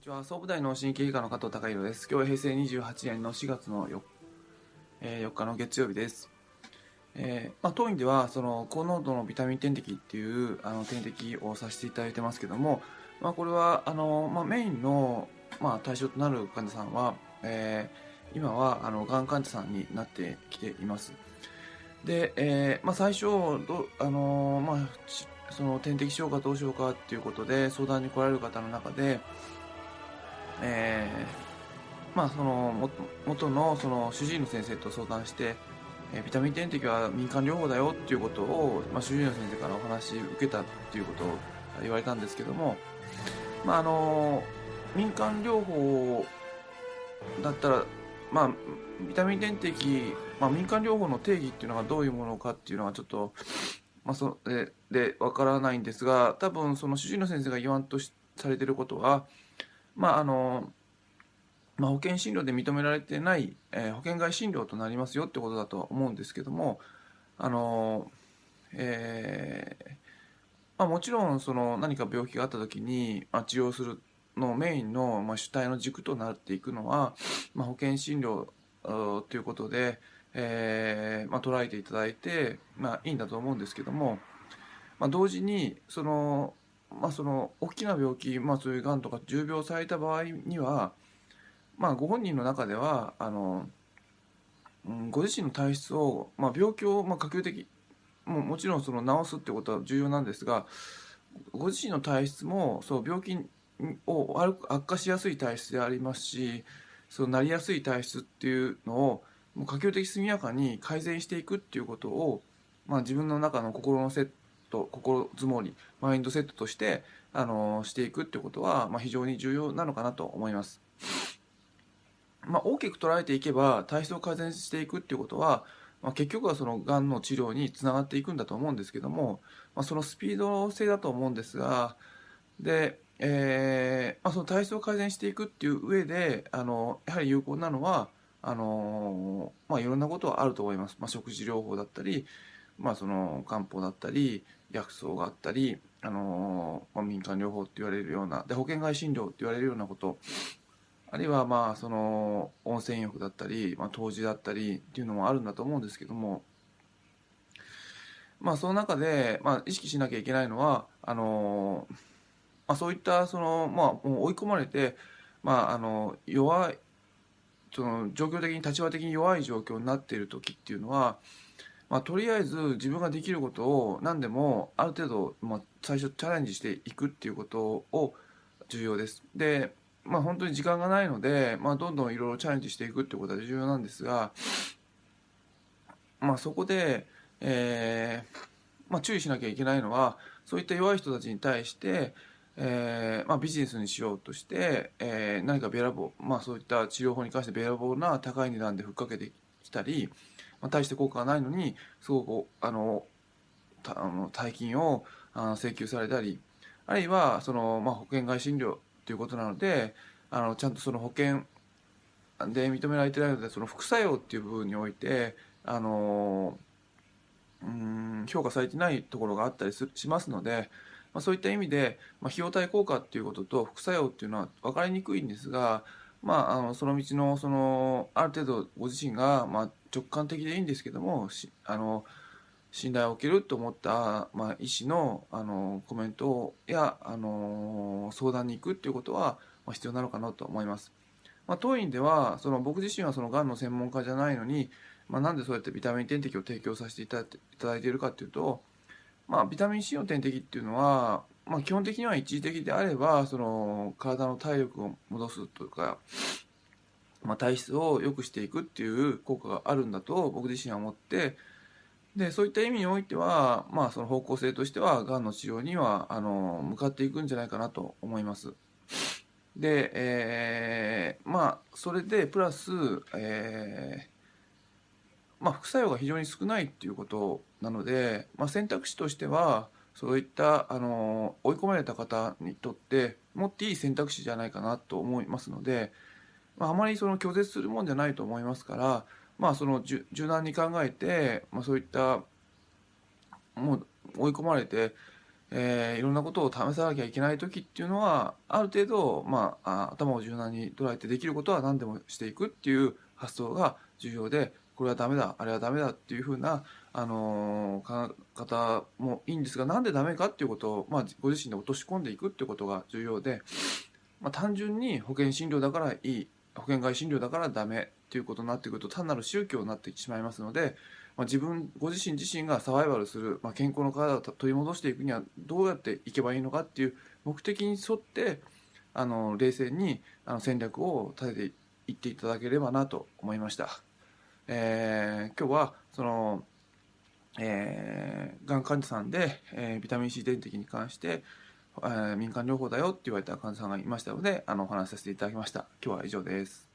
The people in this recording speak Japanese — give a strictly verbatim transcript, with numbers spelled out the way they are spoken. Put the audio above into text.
にちは、総武大の神経外科の加藤孝弘です。今日は平成にじゅうはちねんのしがつの よ,、えー、よっかの月曜日です。えーまあ、当院ではその高濃度のビタミン点滴っていうあの点滴をさせていただいてますけども、まあ、これはあの、まあ、メインの、まあ、対象となる患者さんは、えー、今はあのがん患者さんになってきています。で、えーまあ、最初ど、あのまあ、その点滴しようかどうしようかっていうことで相談に来られる方の中で、えーまあ、その元のその主治医の先生と相談して、えービタミン点滴は民間療法だよっていうことを、まあ、主治医の先生からお話受けたっていうことを言われたんですけども、まあ、あの民間療法だったら、まあ、ビタミン点滴、まあ、民間療法の定義っていうのがどういうものかっていうのはちょっと、まあ、そででわからないんですが、多分その主治医の先生が言わんとしされていることは、まああのまあ、保険診療で認められてない、えー保険外診療となりますよってことだとは思うんですけども、あのえーまあ、もちろんその何か病気があった時に、まあ、治療するのメインの、まあ、主体の軸となっていくのは、まあ、保険診療ということで、えーまあ、捉えていただいて、まあ、いいんだと思うんですけども、まあ、同時にその、まあ、その大きな病気、まあ、そういうがんとか重病された場合には、まあ、ご本人の中ではあの、うん、ご自身の体質を、まあ、病気を、まあ、可及的ももちろんその治すってことは重要なんですが、ご自身の体質もそう病気を悪く悪化しやすい体質でありますし、そうなりやすい体質っていうのをもう可及的速やかに改善していくっていうことを、まあ、自分の中の心のセット心づもりマインドセットとしてあのしていくっていうことは、まあ、非常に重要なのかなと思います。まあ、大きく捉えていけば体質を改善していくっていうことは、まあ、結局はそのがんの治療につながっていくんだと思うんですけども、まあ、そのスピード性だと思うんですが、で、えーまあ、その体質を改善していくっていう上であのやはり有効なのはあの、まあ、いろんなことはあると思います。まあ、食事療法だったり、まあ、その漢方だったり薬草があったり、あのまあ、民間療法って言われるようなで保険外診療って言われるようなこと、あるいはまあその温泉浴だったり、まあ、湯治だったりっていうのもあるんだと思うんですけども、まあ、その中で、まあ、意識しなきゃいけないのはあの、まあ、そういったその、まあ、もう追い込まれて、まあ、あの弱いその状況的に立場的に弱い状況になっている時っていうのは、まあ、とりあえず自分ができることを何でもある程度、まあ、最初チャレンジしていくっていうことを重要です。で、まあ、本当に時間がないので、まあ、どんどんいろいろチャレンジしていくっていうことは重要なんですが、まあ、そこで、えーまあ、注意しなきゃいけないのはそういった弱い人たちに対して、えーまあ、ビジネスにしようとして、えー何かべらぼう、まあ、そういった治療法に関してべらぼうな高い値段でふっかけてきたり、まあ、大して効果がないのにすごくあのたあの大金をあの請求されたり、あるいはその、まあ、保険外診療ということなので、あのちゃんとその保険で認められてないので、その副作用っていう部分においてあのうん評価されてないところがあったりすしますので、まあ、そういった意味で、まあ、費用対効果っていうことと副作用っていうのは分かりにくいんですが、まあ、あのその道のそのある程度ご自身が、まあ、直感的でいいんですけどもしあの信頼を受けると思った、まあ、医師の、あのコメントや、あの相談に行くっていうことは、まあ、必要なのかなと思います。まあ、当院ではその僕自身はそのがんの専門家じゃないのに、まあ、なんでそうやってビタミン点滴を提供させていただいていただいているかというと、まあ、ビタミン C の点滴っていうのは、まあ、基本的には一時的であればその体の体力を戻すとか、まあ、体質を良くしていくっていう効果があるんだと僕自身は思って、でそういった意味においては、まあ、その方向性としてはがんの治療にはあの向かっていくんじゃないかなと思います。で、えーまあそれでプラス、えーまあ、副作用が非常に少ないっていうことなので、まあ、選択肢としてはそういったあの追い込まれた方にとってもっていい選択肢じゃないかなと思いますので、まあ、あまりその拒絶するもんじゃないと思いますから、まあ、その柔柔軟に考えて、まあ、そういったもう追い込まれて、 えー、いろんなことを試さなきゃいけない時っていうのはある程度、まあ、あ頭を柔軟に捉えてできることは何でもしていくっていう発想が重要で、これはダメだあれはダメだっていう風な、あのー考え方もいいんですが、なんでダメかっていうことを、まあ、ご自身で落とし込んでいくっていうことが重要で、まあ、単純に保険診療だからいい、保険外診療だからダメっていうことになってくると単なる宗教になってしまいますので、まあ、自分ご自身自身がサバイバルする、まあ、健康の体を取り戻していくにはどうやっていけばいいのかっていう目的に沿って、あの冷静にあの戦略を立てていっていただければなと思いました。えー今日はその、えーがん患者さんで、えービタミン C 点滴に関して、えー民間療法だよって言われた患者さんがいましたので、あのお話しさせていただきました。今日は以上です。